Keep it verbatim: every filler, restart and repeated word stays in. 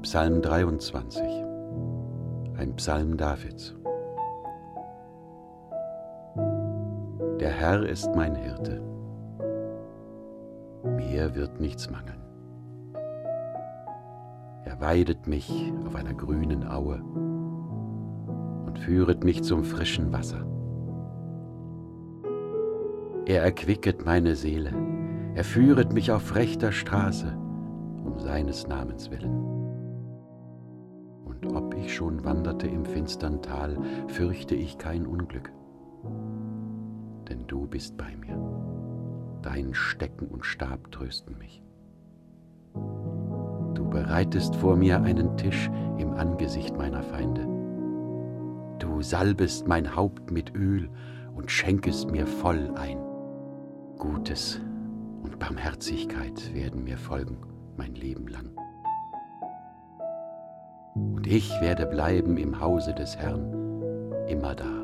Psalm dreiundzwanzig, ein Psalm Davids. Der Herr ist mein Hirte, mir wird nichts mangeln. Er weidet mich auf einer grünen Aue und führet mich zum frischen Wasser. Er erquicket meine Seele, er führet mich auf rechter Straße, um seines Namens willen. Und ob ich schon wanderte im finstern Tal, fürchte ich kein Unglück, denn du bist bei mir. Dein Stecken und Stab trösten mich. Du bereitest vor mir einen Tisch im Angesicht meiner Feinde. Du salbest mein Haupt mit Öl und schenkest mir voll ein. Gutes und Barmherzigkeit werden mir folgen mein Leben lang. Und ich werde bleiben im Hause des Herrn immerdar.